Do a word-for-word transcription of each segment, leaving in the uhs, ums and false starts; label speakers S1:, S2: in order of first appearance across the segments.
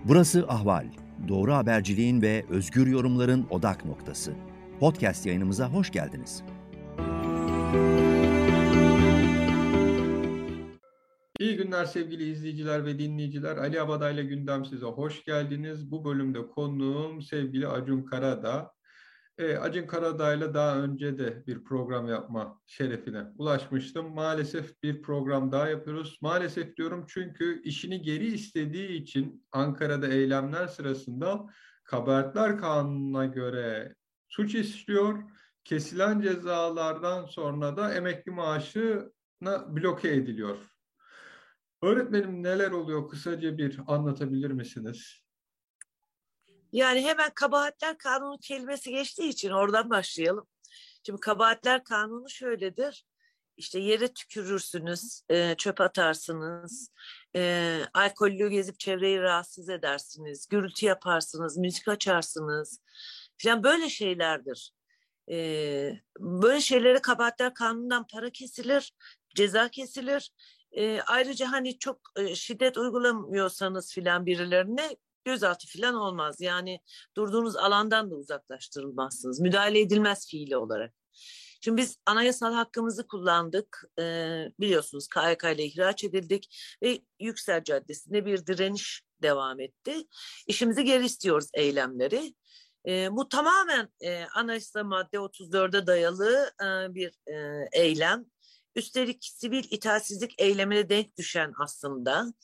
S1: Burası Ahval. Doğru haberciliğin ve özgür yorumların odak noktası. Podcast yayınımıza hoş geldiniz.
S2: İyi günler sevgili izleyiciler ve dinleyiciler. Ali Abaday'la Gündem size hoş geldiniz. Bu bölümde konuğum sevgili Acun Karadağ. E, Acun Karadağ'la daha önce de bir program yapma şerefine ulaşmıştım. Maalesef bir program daha yapıyoruz. Maalesef diyorum çünkü işini geri istediği için Ankara'da eylemler sırasında Kabahatler Kanunu'na göre suç işliyor. Kesilen cezalardan sonra da emekli maaşına bloke ediliyor. Öğretmenim neler oluyor? Kısaca bir anlatabilir misiniz?
S3: Yani hemen kabahatler kanunu kelimesi geçtiği için oradan başlayalım. Şimdi kabahatler kanunu şöyledir. İşte yere tükürürsünüz, e, çöp atarsınız, e, alkollü gezip çevreyi rahatsız edersiniz, gürültü yaparsınız, müzik açarsınız. Yani böyle şeylerdir. E, böyle şeylere kabahatler kanunundan para kesilir, ceza kesilir. E, ayrıca hani çok e, şiddet uygulamıyorsanız filan birilerine gözaltı filan olmaz. Yani durduğunuz alandan da uzaklaştırılmazsınız. Müdahale edilmez fiili olarak. Şimdi biz anayasal hakkımızı kullandık. Ee, biliyorsunuz K Y K ile ihraç edildik ve Yüksel Caddesi'nde bir direniş devam etti. İşimizi geri istiyoruz eylemleri. Ee, bu tamamen e, anayasa madde otuz dörde dayalı e, bir e, eylem. Üstelik sivil itaatsizlik eylemine denk düşen aslında.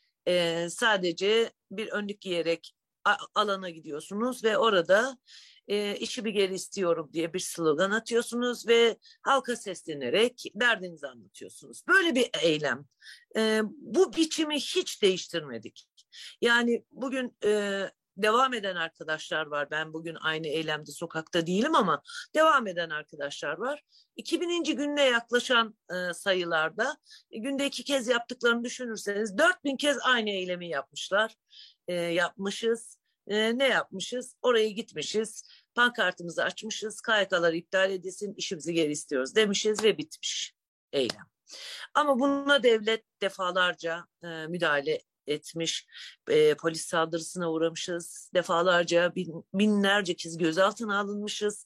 S3: Ee, sadece bir önlük giyerek alana gidiyorsunuz ve orada e, işi bir geri istiyorum diye bir slogan atıyorsunuz ve halka seslenerek derdinizi anlatıyorsunuz. Böyle bir eylem. E, bu biçimi hiç değiştirmedik. Yani bugün e, devam eden arkadaşlar var. Ben bugün aynı eylemde sokakta değilim ama devam eden arkadaşlar var. iki bininci gününe yaklaşan e, sayılarda e, günde iki kez yaptıklarını düşünürseniz dört bin kez aynı eylemi yapmışlar. E, yapmışız. E, ne yapmışız? Oraya gitmişiz. Pankartımızı açmışız. K Y K'lar iptal edilsin, işimizi geri istiyoruz demişiz ve bitmiş eylem. Ama buna devlet defalarca e, müdahale etmiş, e, polis saldırısına uğramışız, defalarca bin, binlerce kez gözaltına alınmışız.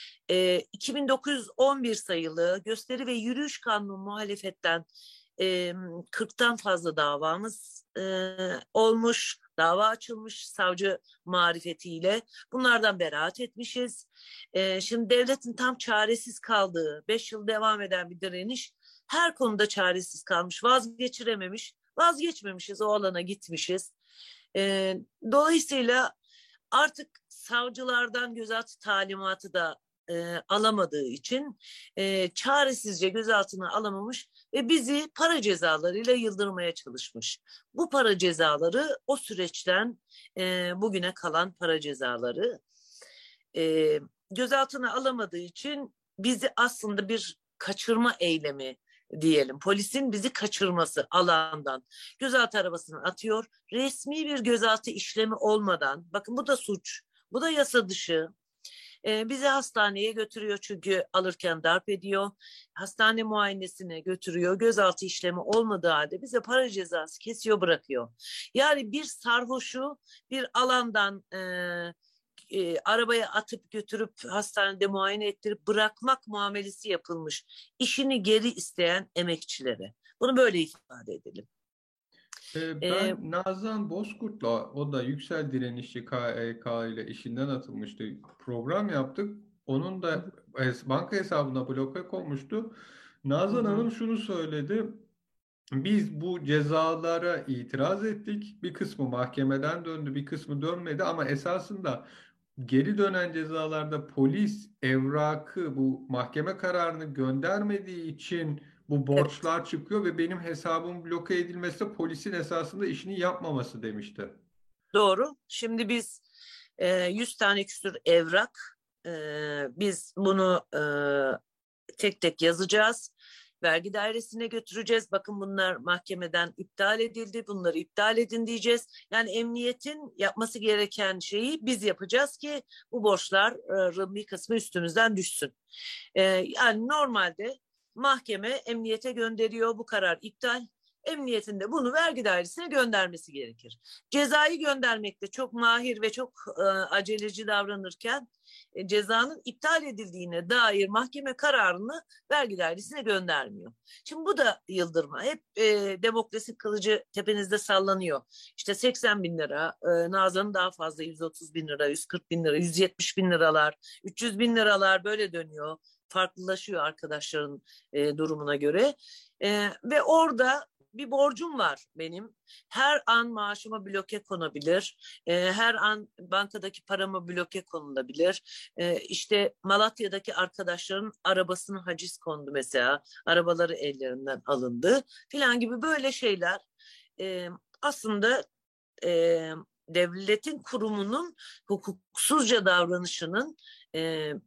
S3: E, iki bin dokuz yüz on bir sayılı gösteri ve yürüyüş kanunu muhalefetten e, kırktan fazla davamız e, olmuş, dava açılmış savcı marifetiyle. Bunlardan beraat etmişiz. E, şimdi devletin tam çaresiz kaldığı, beş yıl devam eden bir direniş her konuda çaresiz kalmış, vazgeçirememiş. Vazgeçmemişiz, o alana gitmişiz. E, dolayısıyla artık savcılardan gözaltı talimatı da e, alamadığı için e, çaresizce gözaltına alamamış ve bizi para cezalarıyla yıldırmaya çalışmış. Bu para cezaları o süreçten e, bugüne kalan para cezaları. E, gözaltına alamadığı için bizi aslında bir kaçırma eylemi diyelim. Polisin bizi kaçırması alandan gözaltı arabasını atıyor. Resmi bir gözaltı işlemi olmadan, bakın bu da suç, bu da yasa dışı. Ee, bizi hastaneye götürüyor çünkü alırken darp ediyor. Hastane muayenesine götürüyor. Gözaltı işlemi olmadığı halde bize para cezası kesiyor, bırakıyor. Yani bir sarhoşu bir alandan e, e, arabaya atıp götürüp hastanede muayene ettirip bırakmak muamelesi yapılmış. İşini geri isteyen emekçilere. Bunu böyle ifade edelim.
S2: Ee,
S3: Ee,
S2: ben Nazan Bozkurt'la, o da Yüksel Direnişçi K Y K ile işinden atılmıştı. Program yaptık. Onun da banka hesabına bloke konmuştu. Nazan Hanım şunu söyledi. Biz bu cezalara itiraz ettik. Bir kısmı mahkemeden döndü, bir kısmı dönmedi ama esasında geri dönen cezalarda polis evrakı, bu mahkeme kararını göndermediği için bu
S3: evet.
S2: borçlar çıkıyor ve benim hesabım bloke edilmesi de polisin esasında işini yapmaması demişti.
S3: Doğru. Şimdi biz e, yüz tane küsur evrak, e, biz bunu e, tek tek yazacağız. Vergi dairesine götüreceğiz. Bakın bunlar mahkemeden iptal edildi. Bunları iptal edin diyeceğiz. Yani emniyetin yapması gereken şeyi biz yapacağız ki bu borçların bir kısmı üstümüzden düşsün. E, yani normalde mahkeme emniyete gönderiyor. Bu karar iptal. Emniyetin de bunu vergi dairesine göndermesi gerekir. Cezayı göndermekte çok mahir ve çok e, aceleci davranırken e, cezanın iptal edildiğine dair mahkeme kararını vergi dairesine göndermiyor. Şimdi bu da yıldırma. Hep e, demokrasi kılıcı tepenizde sallanıyor. İşte seksen bin lira, e, Nazan'ın daha fazla yüz otuz bin lira, yüz kırk bin lira, yüz yetmiş bin liralar, üç yüz bin liralar böyle dönüyor. Farklılaşıyor arkadaşların e, durumuna göre. E, ve orada bir borcum var benim. Her an maaşıma bloke konabilir. E, her an bankadaki parama bloke konulabilir. E, işte Malatya'daki arkadaşların arabasına haciz kondu mesela. Arabaları ellerinden alındı filan gibi böyle şeyler. E, aslında e, devletin kurumunun hukuksuzca davranışının e, e,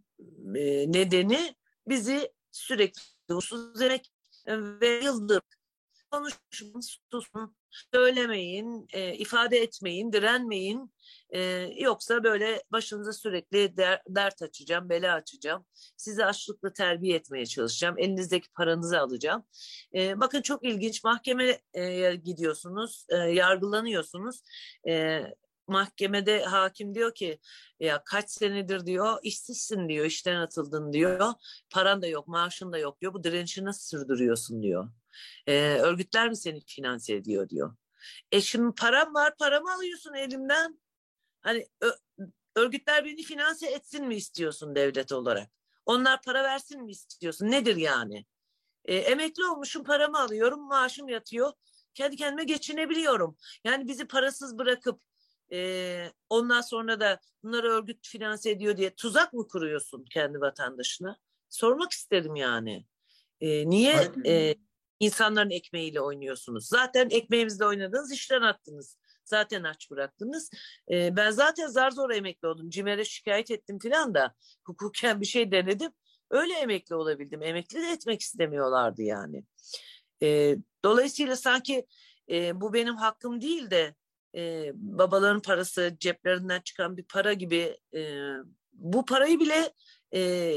S3: nedeni bizi sürekli hukuksuz demek ve yıldır konuşun, susun, söylemeyin, e, ifade etmeyin, direnmeyin. E, yoksa böyle başınıza sürekli der, dert açacağım, bela açacağım. Sizi açlıkla terbiye etmeye çalışacağım. Elinizdeki paranızı alacağım. E, bakın çok ilginç, mahkemeye gidiyorsunuz, e, yargılanıyorsunuz. E, Mahkemede hakim diyor ki ya kaç senedir diyor işsizsin diyor, işten atıldın diyor. Paran da yok, maaşın da yok diyor. Bu direnişi nasıl sürdürüyorsun diyor. Ee, örgütler mi seni finanse ediyor diyor. E şimdi param var, paramı alıyorsun elimden. Hani ö- örgütler beni finanse etsin mi istiyorsun devlet olarak? Onlar para versin mi istiyorsun? Nedir yani? E, emekli olmuşum, paramı alıyorum, maaşım yatıyor. Kendi kendime geçinebiliyorum. Yani bizi parasız bırakıp e, ondan sonra da bunları örgüt finanse ediyor diye tuzak mı kuruyorsun kendi vatandaşına? Sormak isterim yani. E, niye e, insanların ekmeğiyle oynuyorsunuz? Zaten ekmeğimizle oynadınız, işten attınız. Zaten aç bıraktınız. E, ben zaten zar zor emekli oldum. CİMER'e şikayet ettim filan da hukuken bir şey denedim. Öyle emekli olabildim. Emekli de etmek istemiyorlardı yani. E, dolayısıyla sanki e, bu benim hakkım değil de e, babaların parası, ceplerinden çıkan bir para gibi e, bu parayı bile e,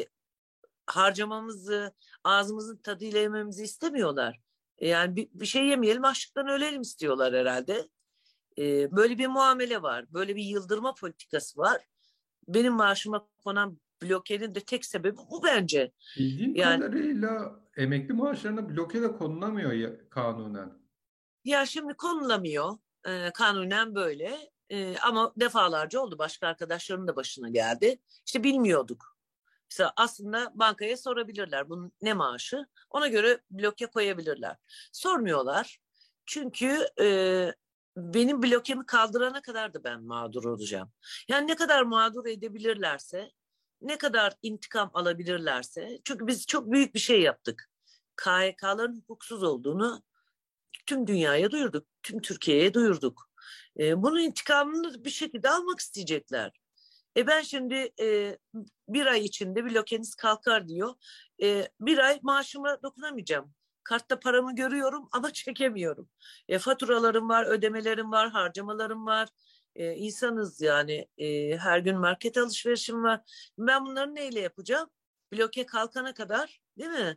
S3: harcamamızı, ağzımızın tadıyla yememizi istemiyorlar. E, yani bir, bir şey yemeyelim, açlıktan ölelim istiyorlar herhalde. E, böyle bir muamele var. Böyle bir yıldırma politikası var. Benim maaşıma konan blokenin de tek sebebi bu bence.
S2: Bildiğim
S3: Yani
S2: kadarıyla emekli maaşlarına bloke de konulamıyor ya, kanunen.
S3: ya şimdi konulamıyor. E, kanunen böyle. E, ama defalarca oldu. Başka arkadaşlarımın da başına geldi. İşte bilmiyorduk. Mesela aslında bankaya sorabilirler bunun ne maaşı. Ona göre bloke koyabilirler. Sormuyorlar. Çünkü e, benim blokemi kaldırana kadar da ben mağdur olacağım. Yani ne kadar mağdur edebilirlerse, ne kadar intikam alabilirlerse. Çünkü biz çok büyük bir şey yaptık. K H K'ların hukuksuz olduğunu tüm dünyaya duyurduk. Tüm Türkiye'ye duyurduk. E, bunun intikamını bir şekilde almak isteyecekler. E ben şimdi e, bir ay içinde blokeniz kalkar diyor. E, bir ay maaşıma dokunamayacağım. Kartta paramı görüyorum ama çekemiyorum. E, faturalarım var, ödemelerim var, harcamalarım var. E, insanız yani. E, her gün market alışverişim var. Ben bunları neyle yapacağım? Bloke kalkana kadar, değil mi?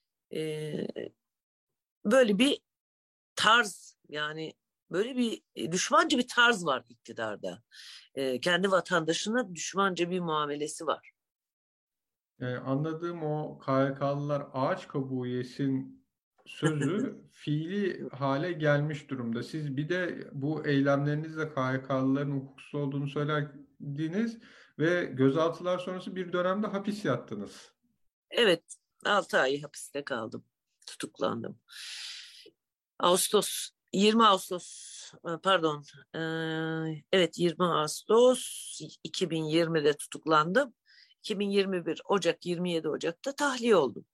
S3: E, böyle bir tarz yani böyle bir düşmancı bir tarz var iktidarda. E, kendi vatandaşına düşmanca bir muamelesi var.
S2: Yani anladığım o K H K'lılar ağaç kabuğu yesin sözü fiili hale gelmiş durumda. Siz bir de bu eylemlerinizle K H K'lıların hukuksuz olduğunu söylediniz ve gözaltılar sonrası bir dönemde hapis yattınız.
S3: Evet, altı ay hapiste kaldım. Tutuklandım. Ağustos, yirmi Ağustos, pardon, evet yirmi Ağustos iki bin yirmide tutuklandım. iki bin yirmi bir Ocak, yirmi yedi Ocak'ta tahliye oldum.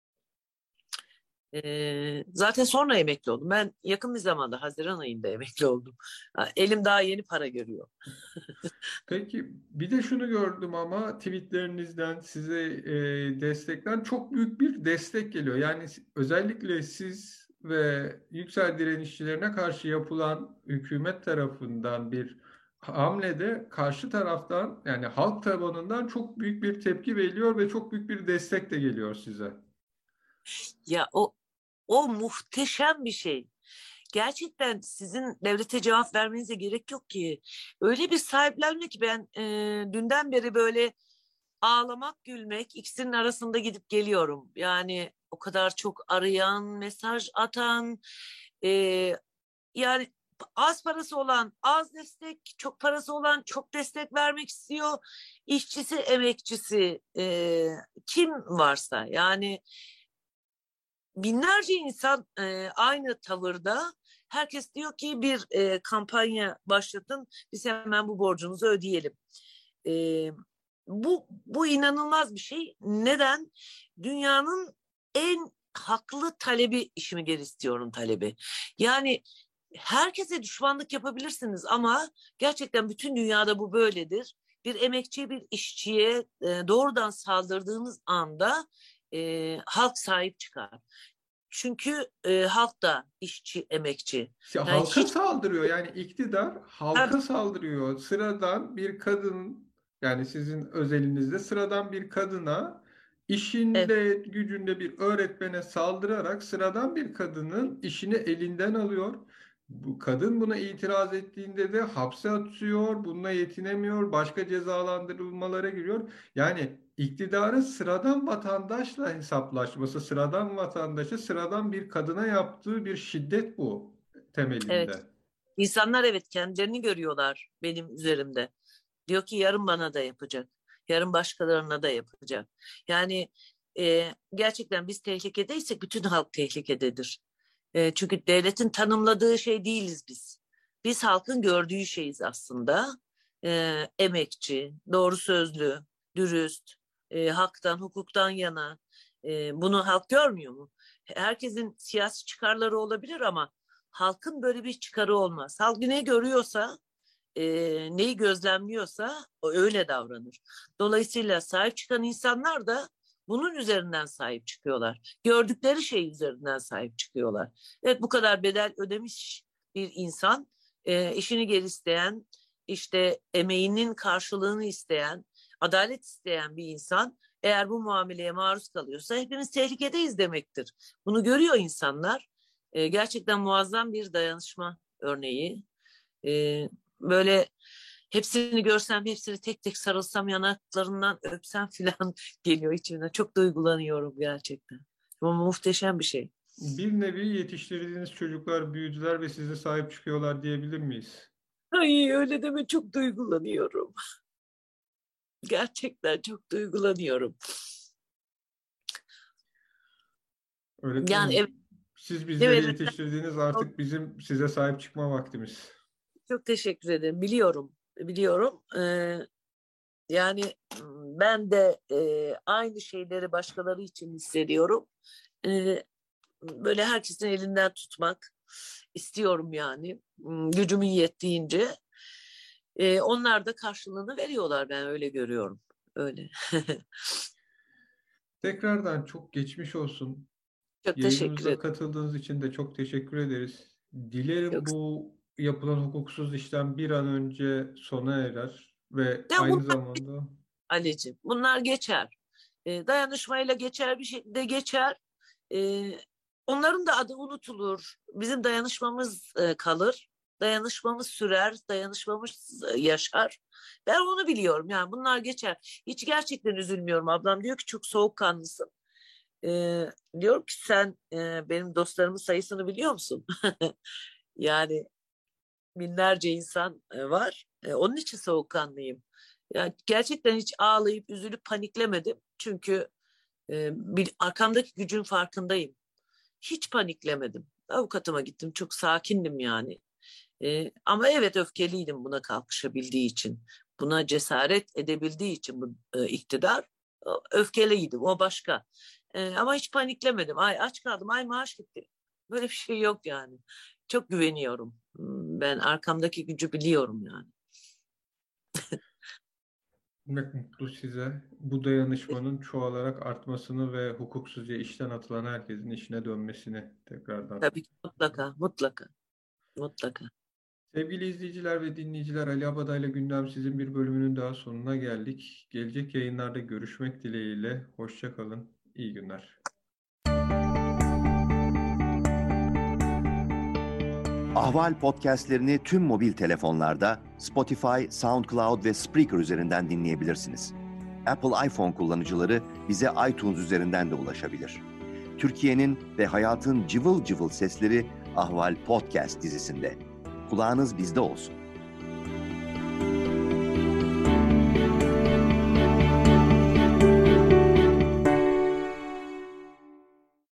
S3: Ee, zaten sonra emekli oldum. Ben yakın bir zamanda Haziran ayında emekli oldum. Elim daha yeni para görüyor.
S2: Peki bir de şunu gördüm ama tweetlerinizden size e, destekten çok büyük bir destek geliyor. Yani özellikle siz ve yüksel direnişçilerine karşı yapılan hükümet tarafından bir hamlede karşı taraftan yani halk tabanından çok büyük bir tepki veriliyor ve çok büyük bir destek de geliyor size.
S3: Ya o o muhteşem bir şey. gerçekten sizin devlete cevap vermenize gerek yok ki. Öyle bir sahiplenme ki ben e, dünden beri böyle ağlamak, gülmek ikisinin arasında gidip geliyorum. Yani o kadar çok arayan, mesaj atan, e, yani az parası olan az destek, çok parası olan çok destek vermek istiyor. İşçisi, emekçisi, e, kim varsa yani binlerce insan e, aynı tavırda. Herkes diyor ki bir e, kampanya başlatın, biz hemen bu borcumuzu ödeyelim. E, bu bu inanılmaz bir şey. Neden? Dünyanın en haklı talebi, işimi geri istiyorum talebi. Yani herkese düşmanlık yapabilirsiniz ama gerçekten bütün dünyada bu böyledir. Bir emekçiye, bir işçiye e, doğrudan saldırdığınız anda e, halk sahip çıkar. Çünkü e, halk da işçi, emekçi.
S2: Ya
S3: Yani
S2: halka
S3: hiç
S2: saldırıyor, yani iktidar halka
S3: tabii,
S2: saldırıyor. Sıradan bir kadın, yani sizin özelinizde sıradan bir kadına,
S3: evet,
S2: işinde gücünde bir öğretmene saldırarak sıradan bir kadının işini elinden alıyor. Bu kadın buna itiraz ettiğinde de hapse atıyor, bununla yetinemiyor, başka cezalandırılmalara giriyor. Yani iktidarın sıradan vatandaşla hesaplaşması, sıradan vatandaşı sıradan bir kadına yaptığı bir şiddet bu
S3: evet.
S2: temelinde.
S3: İnsanlar evet kendilerini görüyorlar benim üzerimde. Diyor ki yarın bana da yapacak. Yarın başkalarına da yapacak. Yani e, gerçekten biz tehlikedeysek bütün halk tehlikededir. E, çünkü devletin tanımladığı şey değiliz biz. Biz halkın gördüğü şeyiz aslında. E, emekçi, doğru sözlü, dürüst, e, haktan, hukuktan yana. E, bunu halk görmüyor mu? Herkesin siyasi çıkarları olabilir ama halkın böyle bir çıkarı olmaz. Halk ne görüyorsa, e, neyi gözlemliyorsa o öyle davranır. Dolayısıyla sahip çıkan insanlar da bunun üzerinden sahip çıkıyorlar. Gördükleri şey üzerinden sahip çıkıyorlar. Evet, bu kadar bedel ödemiş bir insan, e, işini geri isteyen, işte emeğinin karşılığını isteyen, adalet isteyen bir insan eğer bu muameleye maruz kalıyorsa hepimiz tehlikedeyiz demektir. Bunu görüyor insanlar. E, gerçekten muazzam bir dayanışma örneği. E, böyle hepsini görsem, hepsini tek tek sarılsam, yanaklarından öpsem filan geliyor içimden. Çok duygulanıyorum gerçekten. Ama muhteşem bir şey.
S2: Bir nevi yetiştirdiğiniz çocuklar büyüdüler ve size sahip çıkıyorlar diyebilir miyiz?
S3: Ay öyle deme, çok duygulanıyorum. Gerçekten çok duygulanıyorum. Yani
S2: Öğretmenim,
S3: evet,
S2: siz
S3: ne
S2: bizleri
S3: verirsen
S2: yetiştirdiniz,
S3: al.
S2: artık bizim size sahip çıkma vaktimiz.
S3: Çok teşekkür ederim. Biliyorum, biliyorum. Ee, yani ben de e, aynı şeyleri başkaları için hissediyorum. Ee, böyle herkesin elinden tutmak istiyorum yani. Hmm, gücümün yettiğince. Ee, onlar da karşılığını veriyorlar, ben öyle görüyorum. Öyle.
S2: Tekrardan çok geçmiş olsun.
S3: Çok teşekkür
S2: Yayınımıza
S3: ederim.
S2: katıldığınız için de çok teşekkür ederiz. Dilerim
S3: Çok...
S2: bu yapılan hukuksuz işlem bir an önce sona erer ve
S3: Ya
S2: aynı
S3: bunlar
S2: zamanda
S3: Ali'ciğim, bunlar geçer. Ee, dayanışmayla geçer, bir şekilde geçer. Ee, onların da adı unutulur. Bizim dayanışmamız e, kalır. Dayanışmamız sürer, dayanışmamız e, yaşar. Ben onu biliyorum. Yani bunlar geçer. Hiç gerçekten üzülmüyorum. Ablam diyor ki çok soğukkanlısın. Ee, diyorum ki sen e, benim dostlarımın sayısını biliyor musun? Yani binlerce insan e, var. E, onun için soğukkanlıyım. Yani gerçekten hiç ağlayıp üzülüp paniklemedim. Çünkü e, bir, arkamdaki gücün farkındayım. Hiç paniklemedim. Avukatıma gittim. Çok sakindim yani. E, ama evet, öfkeliydim buna kalkışabildiği için. Buna cesaret edebildiği için bu e, iktidar. O, öfkeliydim. O başka. E, ama hiç paniklemedim. Ay aç kaldım. Ay maaş gitti. Böyle bir şey yok yani. Çok güveniyorum. Hmm, ben arkamdaki gücü biliyorum yani.
S2: ne mutlu size. Bu dayanışmanın çoğalarak artmasını ve hukuksuzca işten atılan herkesin işine dönmesini tekrardan.
S3: Tabii ki mutlaka, mutlaka, mutlaka.
S2: Sevgili izleyiciler ve dinleyiciler, Ali Abaday'la Gündem Sizin bir bölümünün daha sonuna geldik. Gelecek yayınlarda görüşmek dileğiyle. Hoşça kalın. İyi günler.
S1: Ahval podcastlerini tüm mobil telefonlarda Spotify, SoundCloud ve Spreaker üzerinden dinleyebilirsiniz. Apple iPhone kullanıcıları bize iTunes üzerinden de ulaşabilir. Türkiye'nin ve hayatın cıvıl cıvıl sesleri Ahval Podcast dizisinde. Kulağınız bizde olsun.